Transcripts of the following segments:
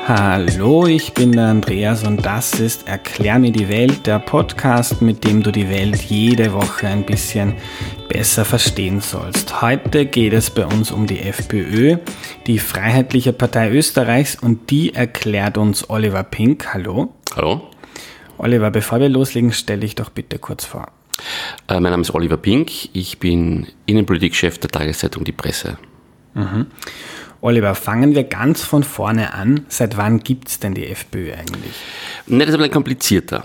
Hallo, ich bin der Andreas und das ist Erklär mir die Welt, der Podcast, mit dem du die Welt jede Woche ein bisschen besser verstehen sollst. Heute geht es bei uns um die FPÖ, die Freiheitliche Partei Österreichs, und die erklärt uns Oliver Pink. Hallo. Hallo. Oliver, bevor wir loslegen, stell dich doch bitte kurz vor. Mein Name ist Oliver Pink, ich bin Innenpolitikchef der Tageszeitung Die Presse. Oliver, fangen wir ganz von vorne an. Seit wann gibt es denn die FPÖ eigentlich? Das ist ein bisschen komplizierter.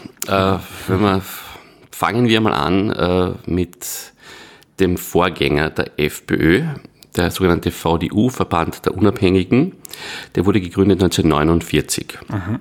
Fangen wir mal an mit dem Vorgänger der FPÖ, der sogenannte VDU, Verband der Unabhängigen. Der wurde gegründet 1949.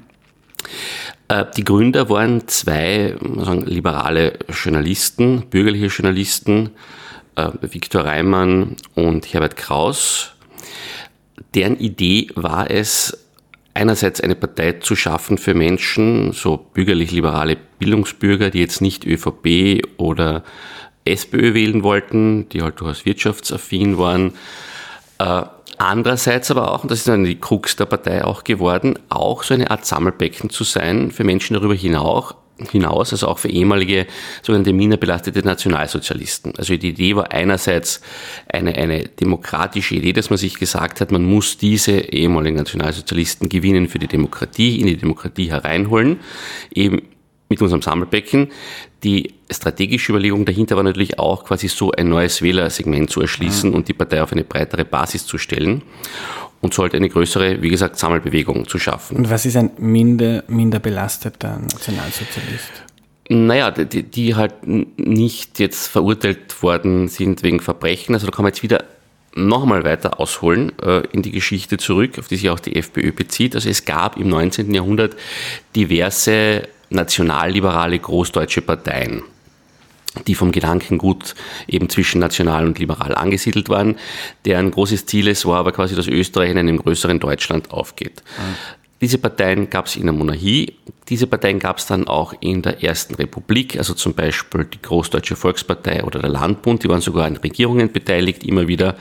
Die Gründer waren zwei liberale Journalisten, bürgerliche Journalisten, Viktor Reimann und Herbert Kraus. Deren Idee war es, einerseits eine Partei zu schaffen für Menschen, so bürgerlich-liberale Bildungsbürger, die jetzt nicht ÖVP oder SPÖ wählen wollten, die halt durchaus wirtschaftsaffin waren. Andererseits aber auch, und das ist dann die Krux der Partei auch geworden, auch so eine Art Sammelbecken zu sein für Menschen darüber hinaus, also auch für ehemalige sogenannte minderbelastete Nationalsozialisten. Also die Idee war einerseits eine demokratische Idee, dass man sich gesagt hat, man muss diese ehemaligen Nationalsozialisten gewinnen für die Demokratie, in die Demokratie hereinholen, eben mit unserem Sammelbecken. Die strategische Überlegung dahinter war natürlich auch, quasi so ein neues Wählersegment zu erschließen und die Partei auf eine breitere Basis zu stellen und so halt eine größere, wie gesagt, Sammelbewegung zu schaffen. Und was ist ein minder belasteter Nationalsozialist? Naja, die halt nicht jetzt verurteilt worden sind wegen Verbrechen. Also da kann man jetzt wieder noch einmal weiter ausholen in die Geschichte zurück, auf die sich auch die FPÖ bezieht. Also es gab im 19. Jahrhundert diverse nationalliberale großdeutsche Parteien, die vom Gedankengut eben zwischen national und liberal angesiedelt waren, deren großes Ziel es war aber quasi, dass Österreich in einem größeren Deutschland aufgeht. Diese Parteien gab es in der Monarchie, diese Parteien gab es dann auch in der Ersten Republik, also zum Beispiel die Großdeutsche Volkspartei oder der Landbund, die waren sogar an Regierungen beteiligt, immer wieder.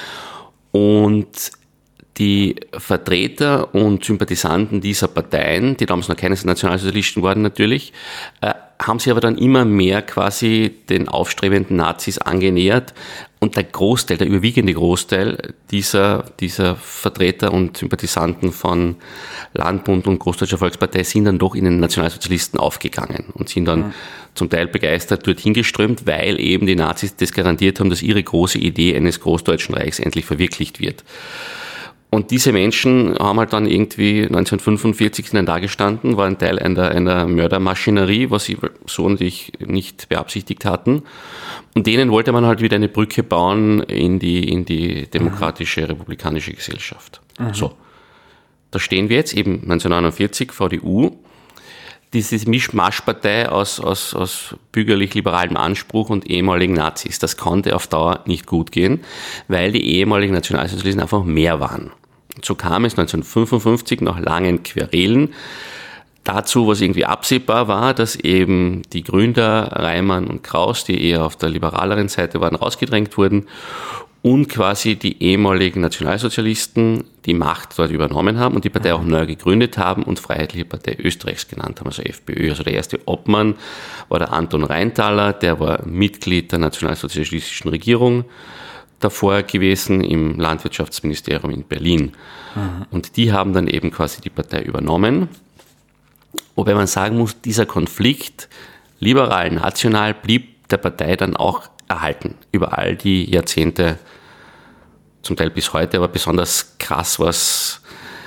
Und die Vertreter und Sympathisanten dieser Parteien, die damals noch keine Nationalsozialisten waren natürlich, haben sich aber dann immer mehr quasi den aufstrebenden Nazis angenähert und der überwiegende Großteil dieser Vertreter und Sympathisanten von Landbund und Großdeutscher Volkspartei sind dann doch in den Nationalsozialisten aufgegangen und sind dann zum Teil begeistert dorthin geströmt, weil eben die Nazis das garantiert haben, dass ihre große Idee eines Großdeutschen Reichs endlich verwirklicht wird. Und diese Menschen haben halt dann irgendwie 1945 dann da gestanden, waren Teil einer Mördermaschinerie, was sie so natürlich nicht beabsichtigt hatten. Und denen wollte man halt wieder eine Brücke bauen in die demokratische, republikanische Gesellschaft. So, da stehen wir jetzt eben 1949, VDU, diese Mischmaschpartei aus bürgerlich-liberalem Anspruch und ehemaligen Nazis. Das konnte auf Dauer nicht gut gehen, weil die ehemaligen Nationalsozialisten einfach mehr waren. So kam es 1955 nach langen Querelen dazu, was irgendwie absehbar war, dass eben die Gründer Reimann und Kraus, die eher auf der liberaleren Seite waren, rausgedrängt wurden und quasi die ehemaligen Nationalsozialisten die Macht dort übernommen haben und die Partei auch neu gegründet haben und Freiheitliche Partei Österreichs genannt haben, also FPÖ. Also der erste Obmann war der Anton Rheintaler, der war Mitglied der nationalsozialistischen Regierung davor gewesen im Landwirtschaftsministerium in Berlin. Und die haben dann eben quasi die Partei übernommen. Wobei man sagen muss, dieser Konflikt liberal-national blieb der Partei dann auch erhalten über all die Jahrzehnte, zum Teil bis heute, aber besonders krass war es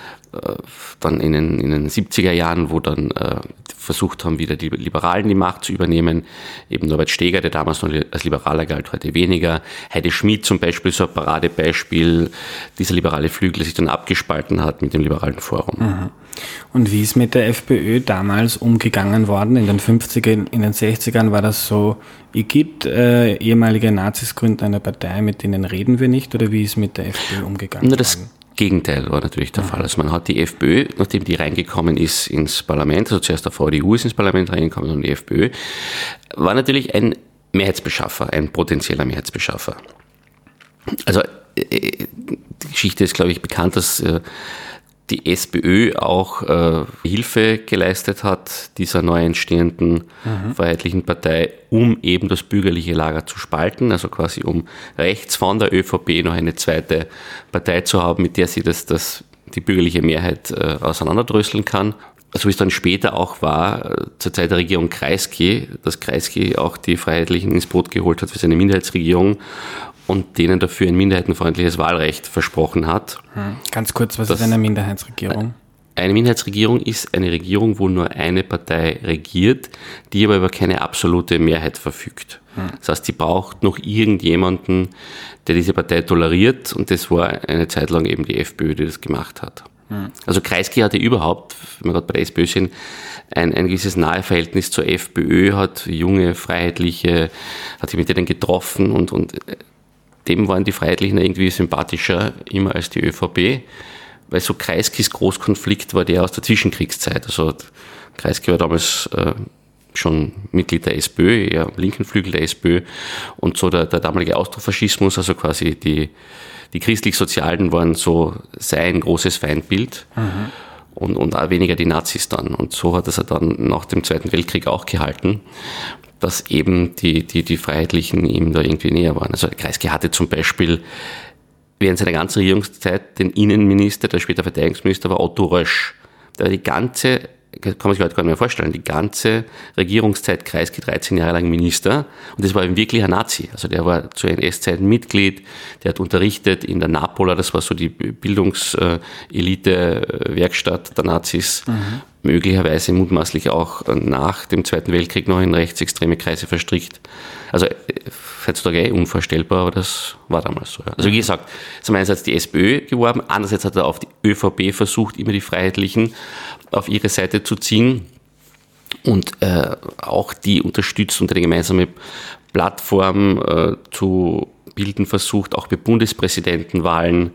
dann in den 70er Jahren, wo dann versucht haben, wieder die Liberalen die Macht zu übernehmen. Eben Norbert Steger, der damals noch als Liberaler galt, heute weniger. Heide Schmidt zum Beispiel, so ein Paradebeispiel, dieser liberale Flügel, der sich dann abgespalten hat mit dem Liberalen Forum. Und wie ist mit der FPÖ damals umgegangen worden? In den 50er, in den 60ern war das so, ehemalige Nazis gründen eine Partei, mit denen reden wir nicht, oder wie ist mit der FPÖ umgegangen worden? Gegenteil war natürlich der Fall. Also man hat die FPÖ, nachdem die reingekommen ist ins Parlament, also zuerst der VDU ist ins Parlament reingekommen und die FPÖ, war natürlich ein Mehrheitsbeschaffer, ein potenzieller Mehrheitsbeschaffer. Also die Geschichte ist, glaube ich, bekannt, dass die SPÖ auch Hilfe geleistet hat, dieser neu entstehenden Freiheitlichen Partei, um eben das bürgerliche Lager zu spalten, also quasi um rechts von der ÖVP noch eine zweite Partei zu haben, mit der sie die bürgerliche Mehrheit auseinanderdröseln kann. So wie es dann später auch war, zur Zeit der Regierung Kreisky, dass Kreisky auch die Freiheitlichen ins Boot geholt hat für seine Minderheitsregierung und denen dafür ein minderheitenfreundliches Wahlrecht versprochen hat. Ganz kurz, was ist eine Minderheitsregierung? Eine Minderheitsregierung ist eine Regierung, wo nur eine Partei regiert, die aber über keine absolute Mehrheit verfügt. Das heißt, sie braucht noch irgendjemanden, der diese Partei toleriert, und das war eine Zeit lang eben die FPÖ, die das gemacht hat. Also Kreisky hatte überhaupt, wenn wir gerade bei der SPÖ sind, ein gewisses Naheverhältnis zur FPÖ, hat junge Freiheitliche, hat sich mit denen getroffen und dem waren die Freiheitlichen irgendwie sympathischer immer als die ÖVP, weil so Kreiskys Großkonflikt war der aus der Zwischenkriegszeit. Also Kreisky war damals schon Mitglied der SPÖ, eher linken Flügel der SPÖ, und so der damalige Austrofaschismus, also quasi die Christlich-Sozialen waren so sein großes Feindbild und auch weniger die Nazis dann. Und so hat er dann nach dem Zweiten Weltkrieg auch gehalten, dass eben die Freiheitlichen ihm da irgendwie näher waren. Also Kreisky hatte zum Beispiel während seiner ganzen Regierungszeit den Innenminister, der später Verteidigungsminister war, Otto Rösch. Der war kann man sich heute gar nicht mehr vorstellen, die ganze Regierungszeit Kreisky 13 Jahre lang Minister, und das war ein wirklicher Nazi. Also der war zur NS-Zeit Mitglied, der hat unterrichtet in der Napola, das war so die Bildungselite-Werkstatt der Nazis, möglicherweise mutmaßlich auch nach dem Zweiten Weltkrieg noch in rechtsextreme Kreise verstrickt. Also heutzutage unvorstellbar, aber das war damals so. Ja. Also wie gesagt, zum einen hat die SPÖ geworben, andererseits hat er auf die ÖVP versucht, immer die Freiheitlichen auf ihre Seite zu ziehen und auch die unterstützt und eine gemeinsame Plattform zu bilden versucht. Auch bei Bundespräsidentenwahlen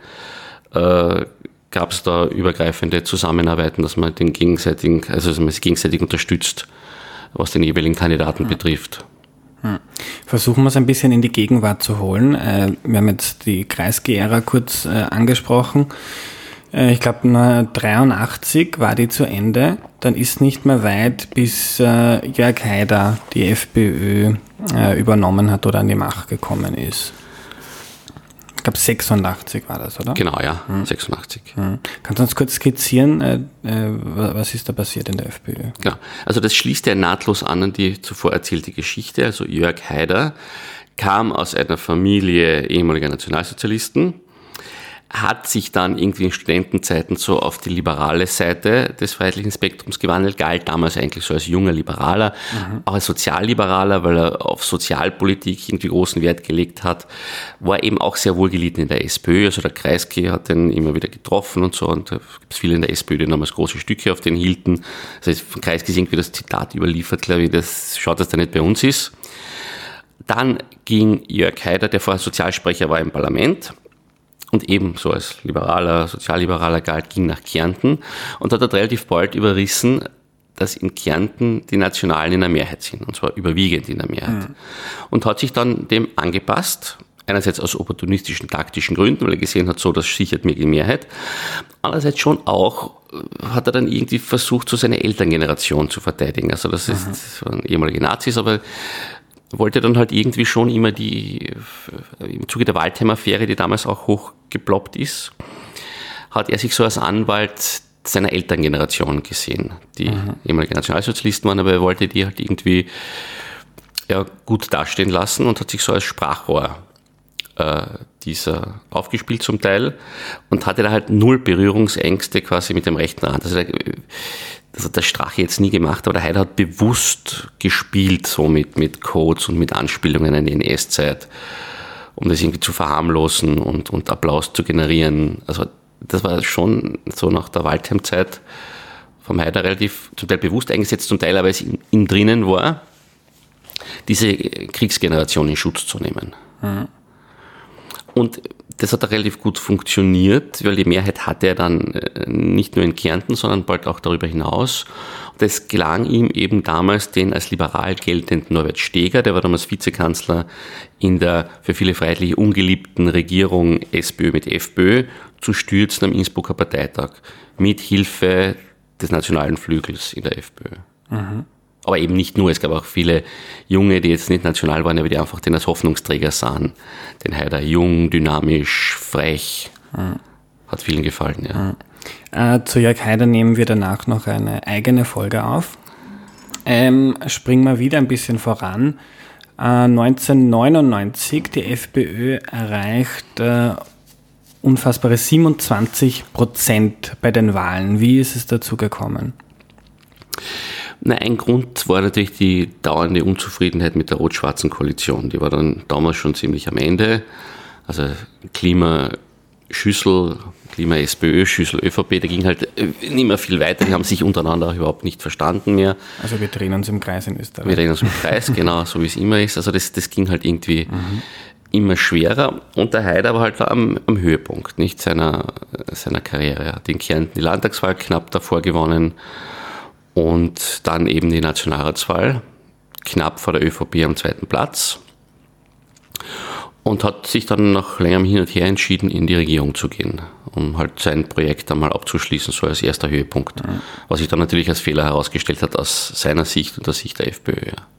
gab es da übergreifende Zusammenarbeiten, dass man sich gegenseitig unterstützt, was den jeweiligen Kandidaten betrifft. Versuchen wir es ein bisschen in die Gegenwart zu holen. Wir haben jetzt die Kreisky-Ära kurz angesprochen. Ich glaube, 1983 war die zu Ende. Dann ist nicht mehr weit, bis Jörg Haider die FPÖ übernommen hat oder an die Macht gekommen ist. Ich glaube, 86 war das, oder? Genau, ja, 86. Kannst du uns kurz skizzieren, was ist da passiert in der FPÖ? Genau, also das schließt ja nahtlos an die zuvor erzählte Geschichte. Also Jörg Haider kam aus einer Familie ehemaliger Nationalsozialisten, hat sich dann irgendwie in Studentenzeiten so auf die liberale Seite des freiheitlichen Spektrums gewandelt, galt damals eigentlich so als junger Liberaler, auch als Sozialliberaler, weil er auf Sozialpolitik irgendwie großen Wert gelegt hat, war eben auch sehr wohlgelitten in der SPÖ, also der Kreisky hat den immer wieder getroffen und so, und da gibt es viele in der SPÖ, die damals große Stücke auf den hielten. Also von Kreisky ist irgendwie das Zitat überliefert, glaube ich, das schaut, dass der nicht bei uns ist. Dann ging Jörg Haider, der vorher Sozialsprecher war im Parlament, und eben so als Sozialliberaler galt, ging nach Kärnten und hat dort relativ bald überrissen, dass in Kärnten die Nationalen in der Mehrheit sind, und zwar überwiegend in der Mehrheit. Und hat sich dann dem angepasst, einerseits aus opportunistischen, taktischen Gründen, weil er gesehen hat, so, das sichert mir die Mehrheit. Andererseits schon auch hat er dann irgendwie versucht, so seine Elterngeneration zu verteidigen. Also das waren ehemalige Nazis, aber wollte dann halt irgendwie schon immer im Zuge der Waldheim-Affäre, die damals auch hochgeploppt ist, hat er sich so als Anwalt seiner Elterngeneration gesehen, die ehemalige Nationalsozialisten waren, aber er wollte die halt irgendwie gut dastehen lassen und hat sich so als Sprachrohr dieser aufgespielt zum Teil und hatte da halt null Berührungsängste quasi mit dem rechten Rand. Also das hat der Strache jetzt nie gemacht, aber der Haider hat bewusst gespielt, so mit Codes und mit Anspielungen an die NS-Zeit, um das irgendwie zu verharmlosen und Applaus zu generieren. Also das war schon so nach der Waldheim-Zeit vom Haider relativ zum Teil bewusst eingesetzt, zum Teil aber es in ihm drinnen war, diese Kriegsgeneration in Schutz zu nehmen. Und das hat auch relativ gut funktioniert, weil die Mehrheit hatte er dann nicht nur in Kärnten, sondern bald auch darüber hinaus. Und es gelang ihm eben damals, den als liberal geltenden Norbert Steger, der war damals Vizekanzler in der für viele freiheitlich ungeliebten Regierung SPÖ mit FPÖ, zu stürzen am Innsbrucker Parteitag mit Hilfe des nationalen Flügels in der FPÖ. Mhm. Aber eben nicht nur, es gab auch viele Junge, die jetzt nicht national waren, aber die einfach den als Hoffnungsträger sahen. Den Haider jung, dynamisch, frech. Hat vielen gefallen, ja. Zu Jörg Haider nehmen wir danach noch eine eigene Folge auf. Springen wir wieder ein bisschen voran. 1999, die FPÖ erreicht unfassbare 27% bei den Wahlen. Wie ist es dazu gekommen? Na, ein Grund war natürlich die dauernde Unzufriedenheit mit der rot-schwarzen Koalition. Die war dann damals schon ziemlich am Ende. Also Klima-Schüssel, Klima-SPÖ, Schüssel ÖVP, da ging halt nicht mehr viel weiter. Die haben sich untereinander auch überhaupt nicht verstanden mehr. Also wir drehen uns im Kreis in Österreich. Wir drehen uns im Kreis, genau, so wie es immer ist. Also das ging halt irgendwie immer schwerer. Und der Haider war halt am Höhepunkt, nicht seiner Karriere. Er hat in Kärnten die Landtagswahl knapp davor gewonnen. Und dann eben die Nationalratswahl, knapp vor der ÖVP am 2. Platz. Und hat sich dann nach längerem Hin und Her entschieden, in die Regierung zu gehen, um halt sein Projekt einmal abzuschließen, so als erster Höhepunkt. Mhm. Was sich dann natürlich als Fehler herausgestellt hat aus seiner Sicht und aus Sicht der FPÖ.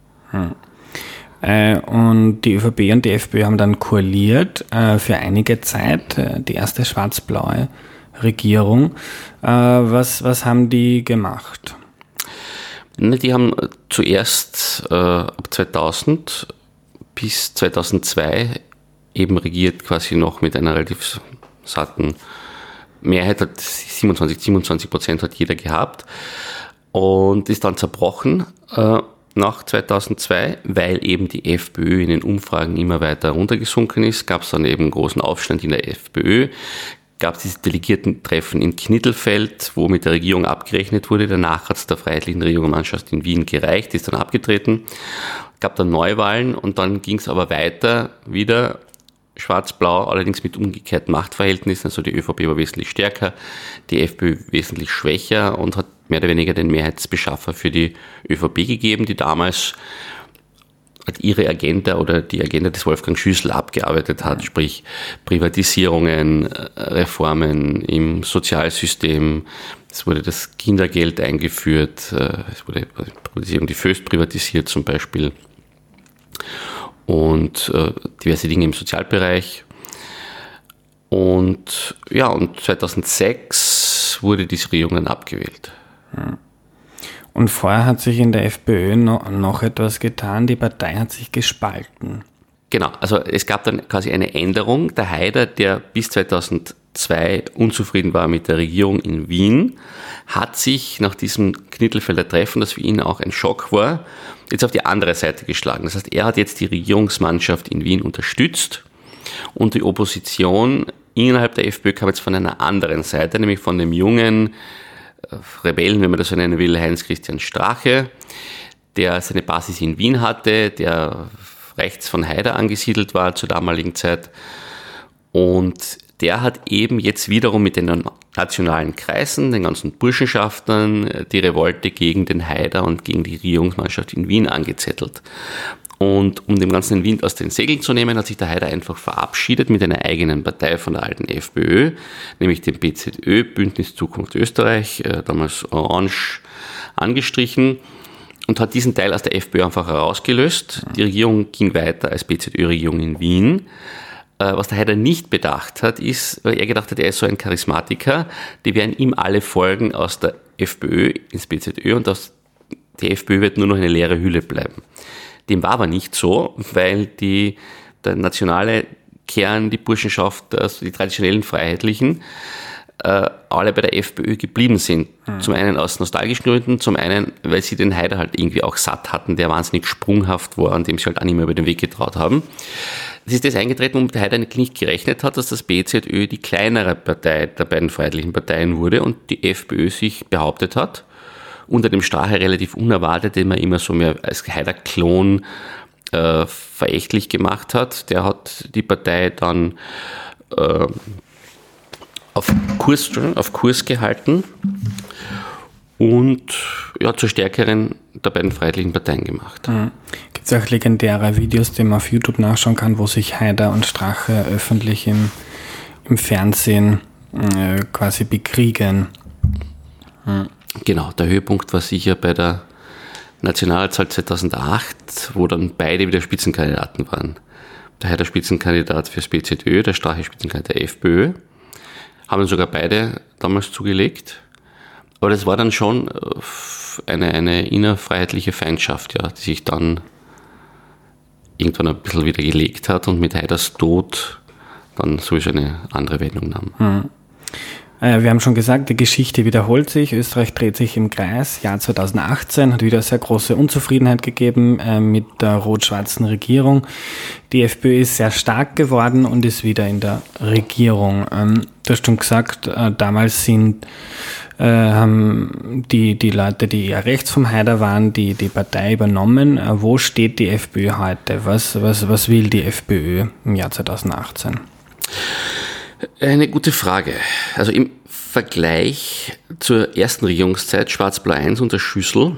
Ja. Und die ÖVP und die FPÖ haben dann koaliert für einige Zeit, die erste schwarz-blaue Regierung. Was haben die gemacht? Die haben zuerst ab 2000 bis 2002 eben regiert, quasi noch mit einer relativ satten Mehrheit, 27% hat jeder gehabt und ist dann zerbrochen nach 2002, weil eben die FPÖ in den Umfragen immer weiter runtergesunken ist, gab es dann eben einen großen Aufstand in der FPÖ, gab es dieses Delegiertentreffen in Knittelfeld, wo mit der Regierung abgerechnet wurde. Danach hat es der Freiheitlichen Regierungsmannschaft in Wien gereicht, ist dann abgetreten. Gab dann Neuwahlen und dann ging es aber weiter, wieder schwarz-blau, allerdings mit umgekehrten Machtverhältnissen. Also die ÖVP war wesentlich stärker, die FPÖ wesentlich schwächer und hat mehr oder weniger den Mehrheitsbeschaffer für die ÖVP gegeben, die damals ihre Agenda oder die Agenda des Wolfgang Schüssel abgearbeitet hat, sprich Privatisierungen, Reformen im Sozialsystem. Es wurde das Kindergeld eingeführt, es wurde die Föst privatisiert zum Beispiel und diverse Dinge im Sozialbereich. Und 2006 wurde diese Regierung dann abgewählt. Und vorher hat sich in der FPÖ noch etwas getan, die Partei hat sich gespalten. Genau, also es gab dann quasi eine Änderung. Der Haider, der bis 2002 unzufrieden war mit der Regierung in Wien, hat sich nach diesem Knittelfelder Treffen, das für ihn auch ein Schock war, jetzt auf die andere Seite geschlagen. Das heißt, er hat jetzt die Regierungsmannschaft in Wien unterstützt und die Opposition innerhalb der FPÖ kam jetzt von einer anderen Seite, nämlich von dem jungen Rebellen, wenn man das so nennen will, Heinz-Christian Strache, der seine Basis in Wien hatte, der rechts von Haider angesiedelt war zur damaligen Zeit. Und der hat eben jetzt wiederum mit den nationalen Kreisen, den ganzen Burschenschaftlern, die Revolte gegen den Haider und gegen die Regierungsmannschaft in Wien angezettelt. Und um dem ganzen Wind aus den Segeln zu nehmen, hat sich der Haider einfach verabschiedet mit einer eigenen Partei von der alten FPÖ, nämlich dem BZÖ, Bündnis Zukunft Österreich, damals orange angestrichen, und hat diesen Teil aus der FPÖ einfach herausgelöst. Die Regierung ging weiter als BZÖ-Regierung in Wien. Was der Haider nicht bedacht hat, ist, weil er gedacht hat, er ist so ein Charismatiker, die werden ihm alle folgen aus der FPÖ ins BZÖ und die FPÖ wird nur noch eine leere Hülle bleiben. Dem war aber nicht so, weil der nationale Kern, die Burschenschaft, also die traditionellen Freiheitlichen, alle bei der FPÖ geblieben sind. Zum einen aus nostalgischen Gründen, zum einen, weil sie den Haider halt irgendwie auch satt hatten, der wahnsinnig sprunghaft war und dem sie halt auch nicht mehr über den Weg getraut haben. Es ist das eingetreten, womit der Haider nicht gerechnet hat, dass das BZÖ die kleinere Partei der beiden freiheitlichen Parteien wurde und die FPÖ sich behauptet hat. Unter dem Strache relativ unerwartet, den man immer so mehr als Haider-Klon verächtlich gemacht hat. Der hat die Partei dann auf Kurs gehalten und zur stärkeren der beiden freiheitlichen Parteien gemacht. Gibt es auch legendäre Videos, die man auf YouTube nachschauen kann, wo sich Haider und Strache öffentlich im Fernsehen quasi bekriegen? Genau, der Höhepunkt war sicher bei der Nationalratswahl 2008, wo dann beide wieder Spitzenkandidaten waren. Der Haider Spitzenkandidat fürs BZÖ, der Strache Spitzenkandidat der FPÖ. Haben sogar beide damals zugelegt. Aber das war dann schon eine innerfreiheitliche Feindschaft, die sich dann irgendwann ein bisschen wieder gelegt hat und mit Haiders Tod dann sowieso eine andere Wendung nahm. Wir haben schon gesagt, die Geschichte wiederholt sich. Österreich dreht sich im Kreis. Jahr 2018 hat wieder sehr große Unzufriedenheit gegeben mit der rot-schwarzen Regierung. Die FPÖ ist sehr stark geworden und ist wieder in der Regierung. Du hast schon gesagt, damals haben die Leute, die eher rechts vom Haider waren, die Partei übernommen. Wo steht die FPÖ heute? Was will die FPÖ im Jahr 2018? Eine gute Frage. Also im Vergleich zur ersten Regierungszeit, Schwarz-Blau 1 unter Schüssel,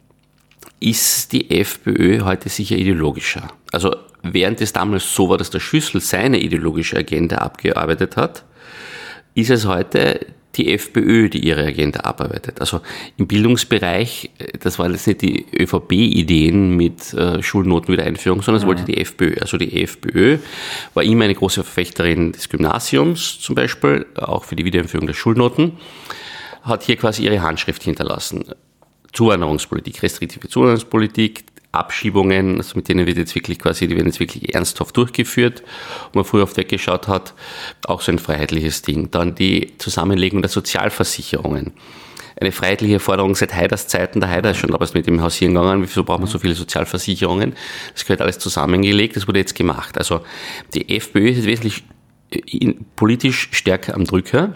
ist die FPÖ heute sicher ideologischer. Also während es damals so war, dass der Schüssel seine ideologische Agenda abgearbeitet hat, ist es heute die FPÖ, die ihre Agenda abarbeitet. Also im Bildungsbereich, das waren jetzt nicht die ÖVP-Ideen mit Schulnotenwiedereinführung, sondern es wollte die FPÖ. Also die FPÖ war immer eine große Verfechterin des Gymnasiums zum Beispiel, auch für die Wiedereinführung der Schulnoten, hat hier quasi ihre Handschrift hinterlassen. Zuwanderungspolitik, restriktive Zuwanderungspolitik, Abschiebungen, also mit denen die werden jetzt wirklich ernsthaft durchgeführt, wo man früher oft weggeschaut hat, auch so ein freiheitliches Ding. Dann die Zusammenlegung der Sozialversicherungen. Eine freiheitliche Forderung seit Haiders Zeiten, der Haider ist schon damals mit dem hausieren gegangen, wieso braucht man so viele Sozialversicherungen? Das gehört alles zusammengelegt, das wurde jetzt gemacht. Also die FPÖ ist jetzt wesentlich politisch stärker am Drücker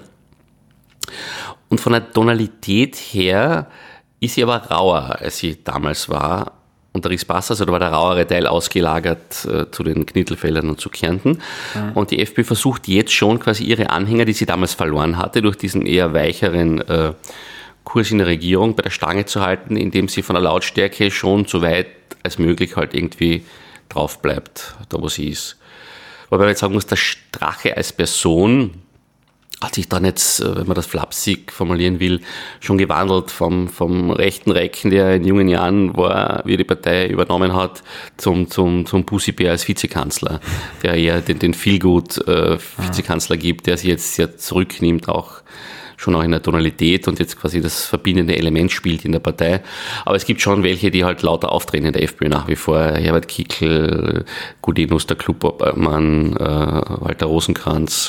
und von der Tonalität her ist sie aber rauer, als sie damals war. Unter Ries-Bassers, oder war der rauere Teil ausgelagert zu den Knittelfeldern und zu Kärnten. Und die FPÖ versucht jetzt schon quasi ihre Anhänger, die sie damals verloren hatte, durch diesen eher weicheren Kurs in der Regierung bei der Stange zu halten, indem sie von der Lautstärke schon so weit als möglich halt irgendwie drauf bleibt, da wo sie ist. Wobei man jetzt sagen muss, der Strache als Person hat sich dann jetzt, wenn man das flapsig formulieren will, schon gewandelt vom rechten Recken, der in jungen Jahren war, wie er die Partei übernommen hat, zum Pussybär als Vizekanzler, der eher den Feelgood-Vizekanzler gibt, der sich jetzt sehr zurücknimmt, schon auch in der Tonalität und jetzt quasi das verbindende Element spielt in der Partei. Aber es gibt schon welche, die halt lauter auftreten in der FPÖ nach wie vor. Herbert Kickl, Gudenus, der Klubobmann, Walter Rosenkranz.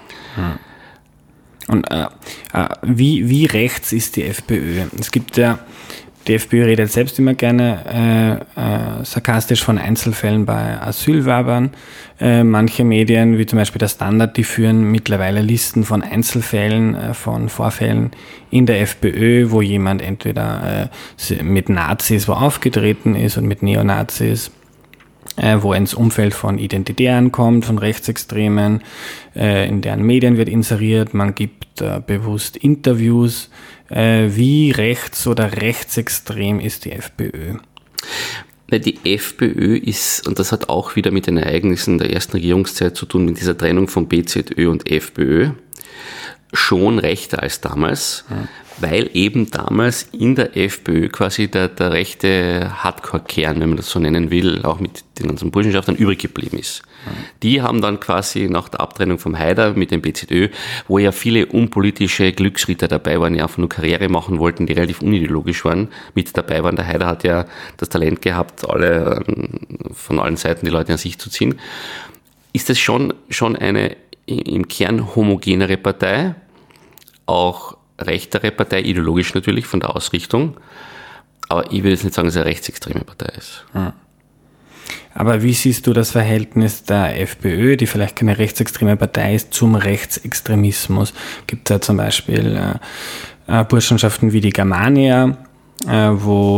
Und wie rechts ist die FPÖ? Es gibt ja, die FPÖ redet selbst immer gerne sarkastisch von Einzelfällen bei Asylwerbern. Manche Medien, wie zum Beispiel der Standard, die führen mittlerweile Listen von Einzelfällen, von Vorfällen in der FPÖ, wo jemand entweder mit Nazis wo aufgetreten ist und mit Neonazis, wo er ins Umfeld von Identitären kommt, von Rechtsextremen, in deren Medien wird inseriert, man gibt bewusst Interviews. Wie rechts- oder rechtsextrem ist die FPÖ? Die FPÖ ist, und das hat auch wieder mit den Ereignissen der ersten Regierungszeit zu tun, mit dieser Trennung von BZÖ und FPÖ, schon rechter als damals, weil eben damals in der FPÖ quasi der rechte Hardcore-Kern, wenn man das so nennen will, auch mit den ganzen Burschenschaften übrig geblieben ist. Die haben dann quasi nach der Abtrennung vom Haider mit dem BZÖ, wo ja viele unpolitische Glücksritter dabei waren, die einfach nur Karriere machen wollten, die relativ unideologisch waren, mit dabei waren. Der Haider hat ja das Talent gehabt, von allen Seiten die Leute an sich zu ziehen. Ist das schon eine im Kern homogenere Partei, auch rechtere Partei, ideologisch natürlich von der Ausrichtung, aber ich würde jetzt nicht sagen, dass es eine rechtsextreme Partei ist. Aber wie siehst du das Verhältnis der FPÖ, die vielleicht keine rechtsextreme Partei ist, zum Rechtsextremismus? Gibt es ja zum Beispiel Burschenschaften wie die Germania, wo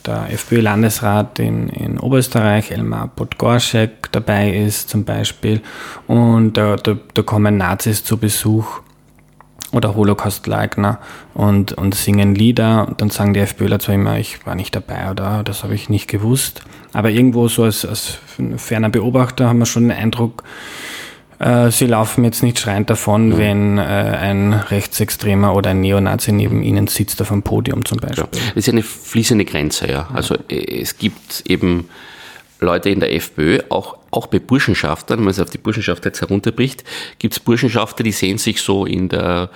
der FPÖ-Landesrat in Oberösterreich, Elmar Podgorschek, dabei ist zum Beispiel. Und da kommen Nazis zu Besuch oder Holocaust-Leugner und singen Lieder. Und dann sagen die FPÖler zwar immer, ich war nicht dabei oder das habe ich nicht gewusst. Aber irgendwo so als ferner Beobachter haben wir schon den Eindruck, sie laufen jetzt nicht schreiend davon, wenn ein Rechtsextremer oder ein Neonazi neben ihnen sitzt auf einem Podium zum Beispiel. Ja, das ist ja eine fließende Grenze, ja. Also es gibt eben Leute in der FPÖ, auch bei Burschenschaftern, wenn man es auf die Burschenschaft jetzt herunterbricht, gibt es Burschenschafter, die sehen sich so in der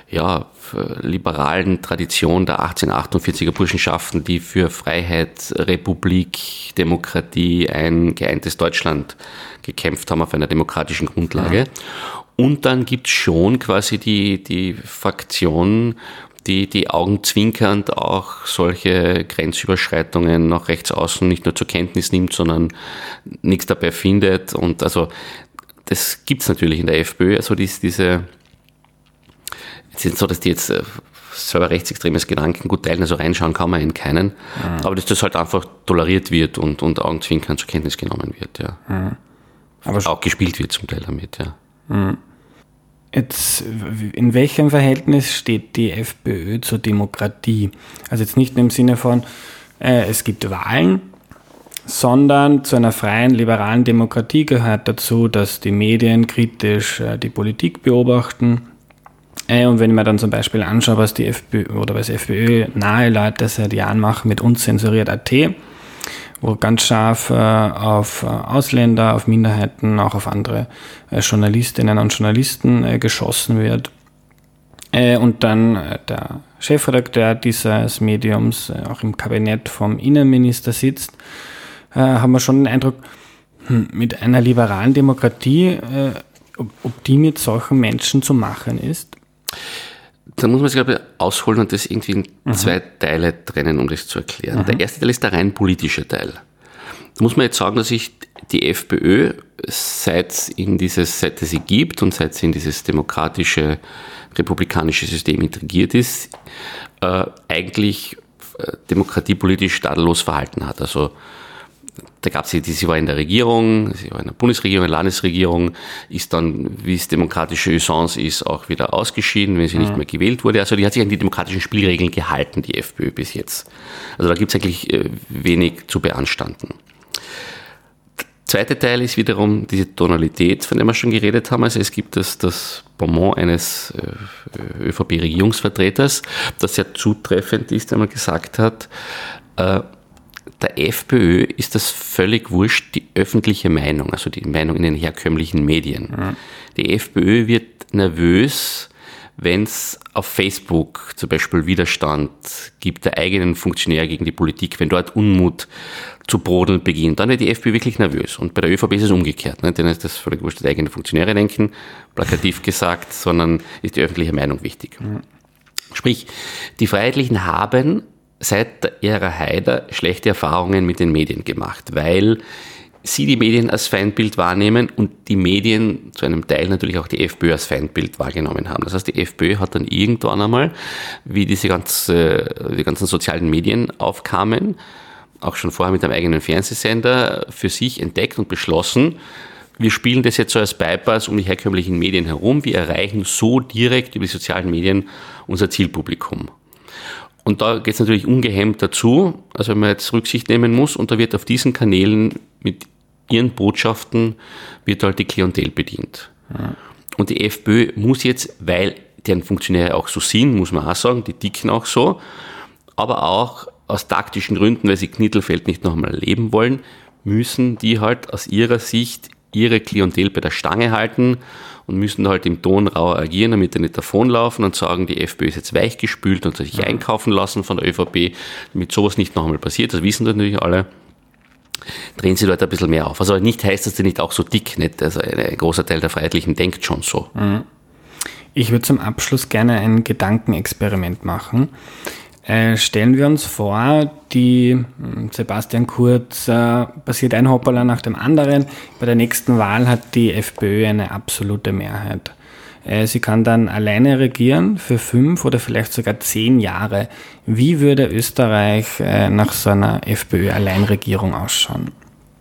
liberalen Tradition der 1848er Burschenschaften, die für Freiheit, Republik, Demokratie, ein geeintes Deutschland gekämpft haben auf einer demokratischen Grundlage. Und dann gibt es schon quasi die Fraktion, die augenzwinkernd auch solche Grenzüberschreitungen nach rechts außen nicht nur zur Kenntnis nimmt, sondern nichts dabei findet. Und also das gibt es natürlich in der FPÖ. Also diese, es ist nicht so, dass die jetzt selber rechtsextremes Gedankengut teilen, also reinschauen kann man in keinen. Aber dass das halt einfach toleriert wird und augenzwinkernd zur Kenntnis genommen wird, ja. Aber auch gespielt wird zum Teil damit, ja. Jetzt, in welchem Verhältnis steht die FPÖ zur Demokratie? Also jetzt nicht im Sinne von, es gibt Wahlen, sondern zu einer freien, liberalen Demokratie gehört dazu, dass die Medien kritisch die Politik beobachten. Und wenn ich mir dann zum Beispiel anschaue, was die FPÖ oder was FPÖ nahe Leute seit Jahren machen mit unzensuriert.at, wo ganz scharf auf Ausländer, auf Minderheiten, auch auf andere Journalistinnen und Journalisten geschossen wird. Und dann der Chefredakteur dieses Mediums auch im Kabinett vom Innenminister sitzt, haben wir schon den Eindruck, mit einer liberalen Demokratie, ob die mit solchen Menschen zu machen ist. Da muss man sich, glaube ich, ausholen und das irgendwie in zwei Teile trennen, um das zu erklären. Der erste Teil ist der rein politische Teil. Da muss man jetzt sagen, dass sich die FPÖ, seit es sie gibt und seit sie in dieses demokratische, republikanische System integriert ist, eigentlich demokratiepolitisch tadellos verhalten hat. Also da gab sie war in der Regierung, sie war in der Bundesregierung, in der Landesregierung, ist dann, wie es demokratische Usance ist, auch wieder ausgeschieden, wenn sie nicht mehr gewählt wurde. Also die hat sich an die demokratischen Spielregeln gehalten, die FPÖ bis jetzt. Also da gibt es eigentlich wenig zu beanstanden. Der zweite Teil ist wiederum diese Tonalität, von der wir schon geredet haben. Also es gibt das Bonmot eines ÖVP-Regierungsvertreters, das sehr zutreffend ist, wenn man gesagt hat, der FPÖ ist das völlig wurscht, die öffentliche Meinung, also die Meinung in den herkömmlichen Medien. Ja. Die FPÖ wird nervös, wenn es auf Facebook zum Beispiel Widerstand gibt der eigenen Funktionäre gegen die Politik, wenn dort Unmut zu brodeln beginnt, dann wird die FPÖ wirklich nervös. Und bei der ÖVP ist es umgekehrt. Ne? Denen ist das völlig wurscht, dass eigene Funktionäre denken, plakativ gesagt, sondern ist die öffentliche Meinung wichtig. Ja. Sprich, die Freiheitlichen haben seit der Ära Haider schlechte Erfahrungen mit den Medien gemacht, weil sie die Medien als Feindbild wahrnehmen und die Medien zu einem Teil natürlich auch die FPÖ als Feindbild wahrgenommen haben. Das heißt, die FPÖ hat dann irgendwann einmal, wie die ganzen sozialen Medien aufkamen, auch schon vorher mit einem eigenen Fernsehsender, für sich entdeckt und beschlossen, wir spielen das jetzt so als Bypass um die herkömmlichen Medien herum, wir erreichen so direkt über die sozialen Medien unser Zielpublikum. Und da geht es natürlich ungehemmt dazu, also wenn man jetzt Rücksicht nehmen muss, und da wird auf diesen Kanälen mit ihren Botschaften wird halt die Klientel bedient. Ja. Und die FPÖ muss jetzt, weil deren Funktionäre auch so sind, muss man auch sagen, die ticken auch so, aber auch aus taktischen Gründen, weil sie Knittelfeld nicht noch einmal erleben wollen, müssen die halt aus ihrer Sicht ihre Klientel bei der Stange halten und müssen halt im Ton rauer agieren, damit die nicht davonlaufen und sagen, die FPÖ ist jetzt weichgespült und sich einkaufen lassen von der ÖVP, damit sowas nicht noch einmal passiert, das wissen natürlich alle, drehen sie dort ein bisschen mehr auf. Also nicht heißt, dass die nicht auch so dick, nicht? Also ein großer Teil der Freiheitlichen denkt schon so. Ich würde zum Abschluss gerne ein Gedankenexperiment machen. Stellen wir uns vor, die Sebastian Kurz passiert ein Hoppala nach dem anderen. Bei der nächsten Wahl hat die FPÖ eine absolute Mehrheit. Sie kann dann alleine regieren für 5 oder vielleicht sogar 10 Jahre. Wie würde Österreich nach so einer FPÖ-Alleinregierung ausschauen?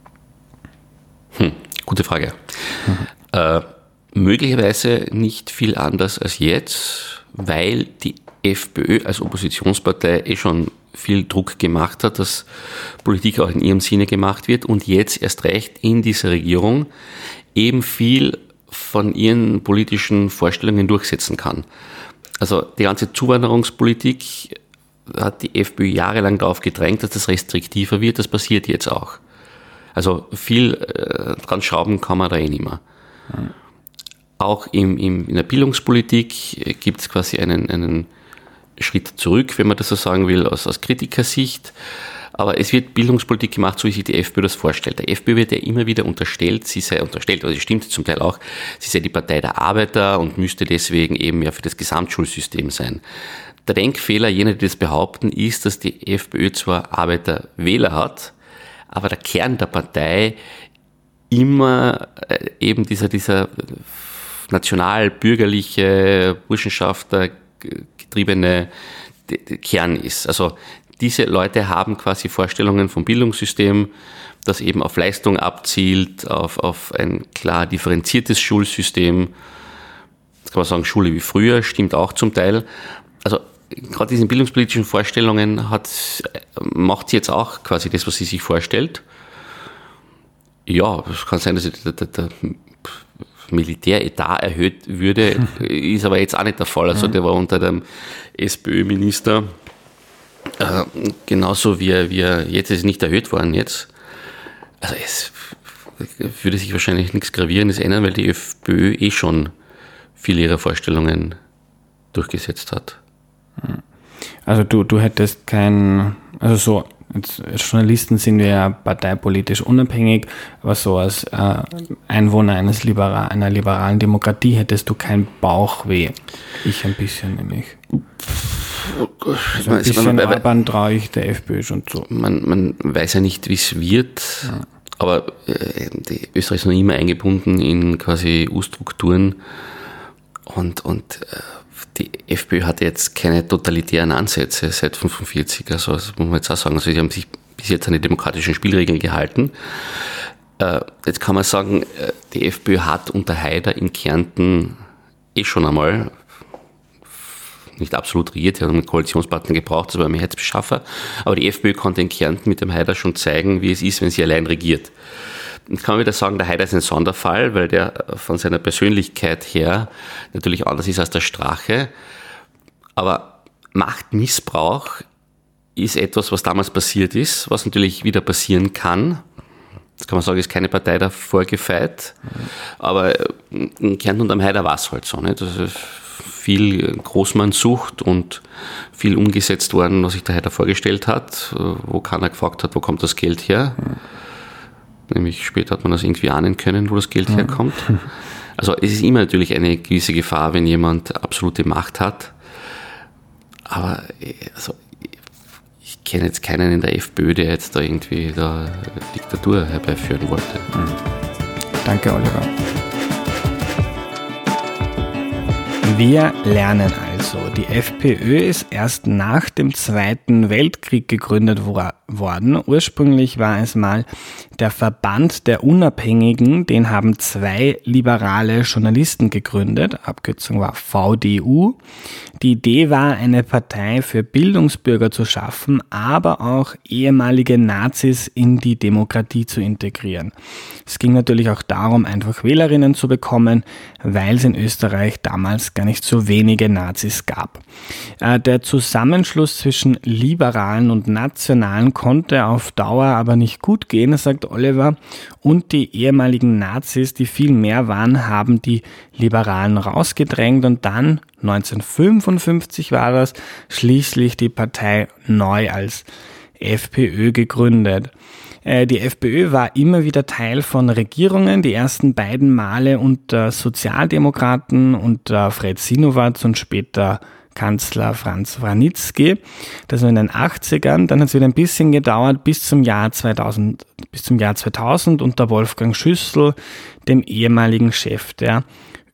Gute Frage. Möglicherweise nicht viel anders als jetzt, weil die FPÖ als Oppositionspartei schon viel Druck gemacht hat, dass Politik auch in ihrem Sinne gemacht wird und jetzt erst recht in dieser Regierung eben viel von ihren politischen Vorstellungen durchsetzen kann. Also die ganze Zuwanderungspolitik hat die FPÖ jahrelang darauf gedrängt, dass das restriktiver wird. Das passiert jetzt auch. Also viel dran schrauben kann man da nicht mehr. Auch in der Bildungspolitik gibt es quasi einen Schritt zurück, wenn man das so sagen will, aus Kritikersicht. Aber es wird Bildungspolitik gemacht, so wie sich die FPÖ das vorstellt. Der FPÖ wird ja immer wieder unterstellt, also es stimmt zum Teil auch, sie sei die Partei der Arbeiter und müsste deswegen eben ja für das Gesamtschulsystem sein. Der Denkfehler jener, die das behaupten, ist, dass die FPÖ zwar Arbeiterwähler hat, aber der Kern der Partei immer eben dieser national-bürgerliche, burschenschaftergetriebene Kern ist. Also diese Leute haben quasi Vorstellungen vom Bildungssystem, das eben auf Leistung abzielt, auf ein klar differenziertes Schulsystem. Jetzt kann man sagen, Schule wie früher, stimmt auch zum Teil. Also gerade diese bildungspolitischen Vorstellungen macht sie jetzt auch quasi das, was sie sich vorstellt. Ja, es kann sein, dass der Militäretat erhöht würde, ist aber jetzt auch nicht der Fall. Also der war unter dem SPÖ-Minister genauso wie er jetzt ist nicht erhöht worden jetzt. Also es würde sich wahrscheinlich nichts Gravierendes ändern, weil die FPÖ schon viele ihrer Vorstellungen durchgesetzt hat. Also du hättest als Journalisten sind wir ja parteipolitisch unabhängig, aber so als Einwohner einer liberalen Demokratie hättest du kein Bauchweh. Ich ein bisschen nämlich. Also ein bisschen Orban traue ich der FPÖ schon zu. Man weiß ja nicht, wie es wird, aber Österreich ist noch immer eingebunden in quasi EU-Strukturen und die FPÖ hat jetzt keine totalitären Ansätze seit 1945, also das muss man jetzt auch sagen. Also sie haben sich bis jetzt an die demokratischen Spielregeln gehalten. Jetzt kann man sagen, die FPÖ hat unter Haider in Kärnten schon einmal nicht absolut regiert, sie haben einen Koalitionspartner gebraucht, das war ein Mehrheitsbeschaffer, aber die FPÖ konnte in Kärnten mit dem Haider schon zeigen, wie es ist, wenn sie allein regiert. Jetzt kann man wieder sagen, der Haider ist ein Sonderfall, weil der von seiner Persönlichkeit her natürlich anders ist als der Strache. Aber Machtmissbrauch ist etwas, was damals passiert ist, was natürlich wieder passieren kann. Jetzt kann man sagen, ist keine Partei davor gefeit. Aber in Kärnten und am Haider war es halt so. Nicht? Das ist viel Großmannsucht und viel umgesetzt worden, was sich der Haider vorgestellt hat, wo keiner gefragt hat, wo kommt das Geld her. Nämlich später hat man das irgendwie ahnen können, wo das Geld herkommt. Also es ist immer natürlich eine gewisse Gefahr, wenn jemand absolute Macht hat. Aber also, ich kenne jetzt keinen in der FPÖ, der jetzt da irgendwie Diktatur herbeiführen wollte. Danke, Oliver. Wir lernen also, die FPÖ ist erst nach dem Zweiten Weltkrieg gegründet worden. Ursprünglich war es mal der Verband der Unabhängigen, den haben 2 liberale Journalisten gegründet, Abkürzung war VDU. Die Idee war, eine Partei für Bildungsbürger zu schaffen, aber auch ehemalige Nazis in die Demokratie zu integrieren. Es ging natürlich auch darum, einfach Wählerinnen zu bekommen, weil es in Österreich damals gar nicht so wenige Nazis gab. Der Zusammenschluss zwischen Liberalen und Nationalen konnte auf Dauer aber nicht gut gehen, sagt Oliver, und die ehemaligen Nazis, die viel mehr waren, haben die Liberalen rausgedrängt und dann 1955 war das, schließlich die Partei neu als FPÖ gegründet. Die FPÖ war immer wieder Teil von Regierungen, die ersten beiden Male unter Sozialdemokraten, unter Fred Sinowatz und später Kanzler Franz Vranitzky. Das war in den 80ern, dann hat es wieder ein bisschen gedauert bis zum Jahr 2000 unter Wolfgang Schüssel, dem ehemaligen Chef der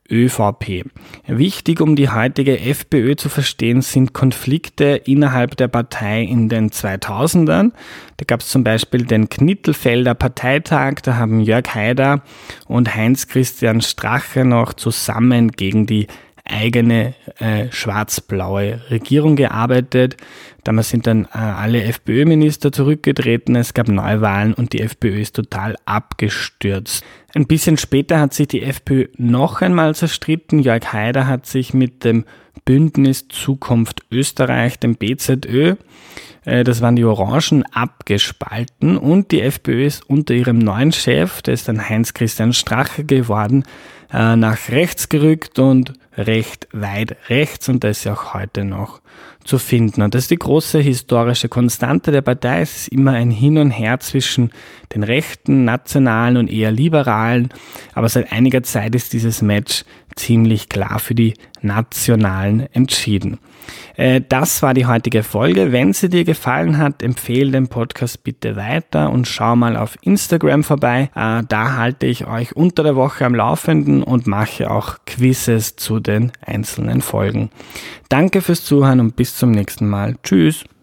ÖVP. Wichtig, um die heutige FPÖ zu verstehen, sind Konflikte innerhalb der Partei in den 2000ern. Da gab es zum Beispiel den Knittelfelder Parteitag, da haben Jörg Haider und Heinz-Christian Strache noch zusammen gegen die eigene schwarz-blaue Regierung gearbeitet. Damals sind dann alle FPÖ-Minister zurückgetreten, es gab Neuwahlen und die FPÖ ist total abgestürzt. Ein bisschen später hat sich die FPÖ noch einmal zerstritten. Jörg Haider hat sich mit dem Bündnis Zukunft Österreich, dem BZÖ, das waren die Orangen, abgespalten und die FPÖ ist unter ihrem neuen Chef, der ist dann Heinz-Christian Strache geworden, nach rechts gerückt und recht weit rechts und das ist ja auch heute noch zu finden. Und das ist die große historische Konstante der Partei. Es ist immer ein Hin und Her zwischen den rechten, nationalen und eher liberalen, aber seit einiger Zeit ist dieses Match ziemlich klar für die Nationalen entschieden. Das war die heutige Folge. Wenn sie dir gefallen hat, empfehle den Podcast bitte weiter und schau mal auf Instagram vorbei. Da halte ich euch unter der Woche am Laufenden und mache auch Quizzes zu den einzelnen Folgen. Danke fürs Zuhören und bis zum nächsten Mal. Tschüss!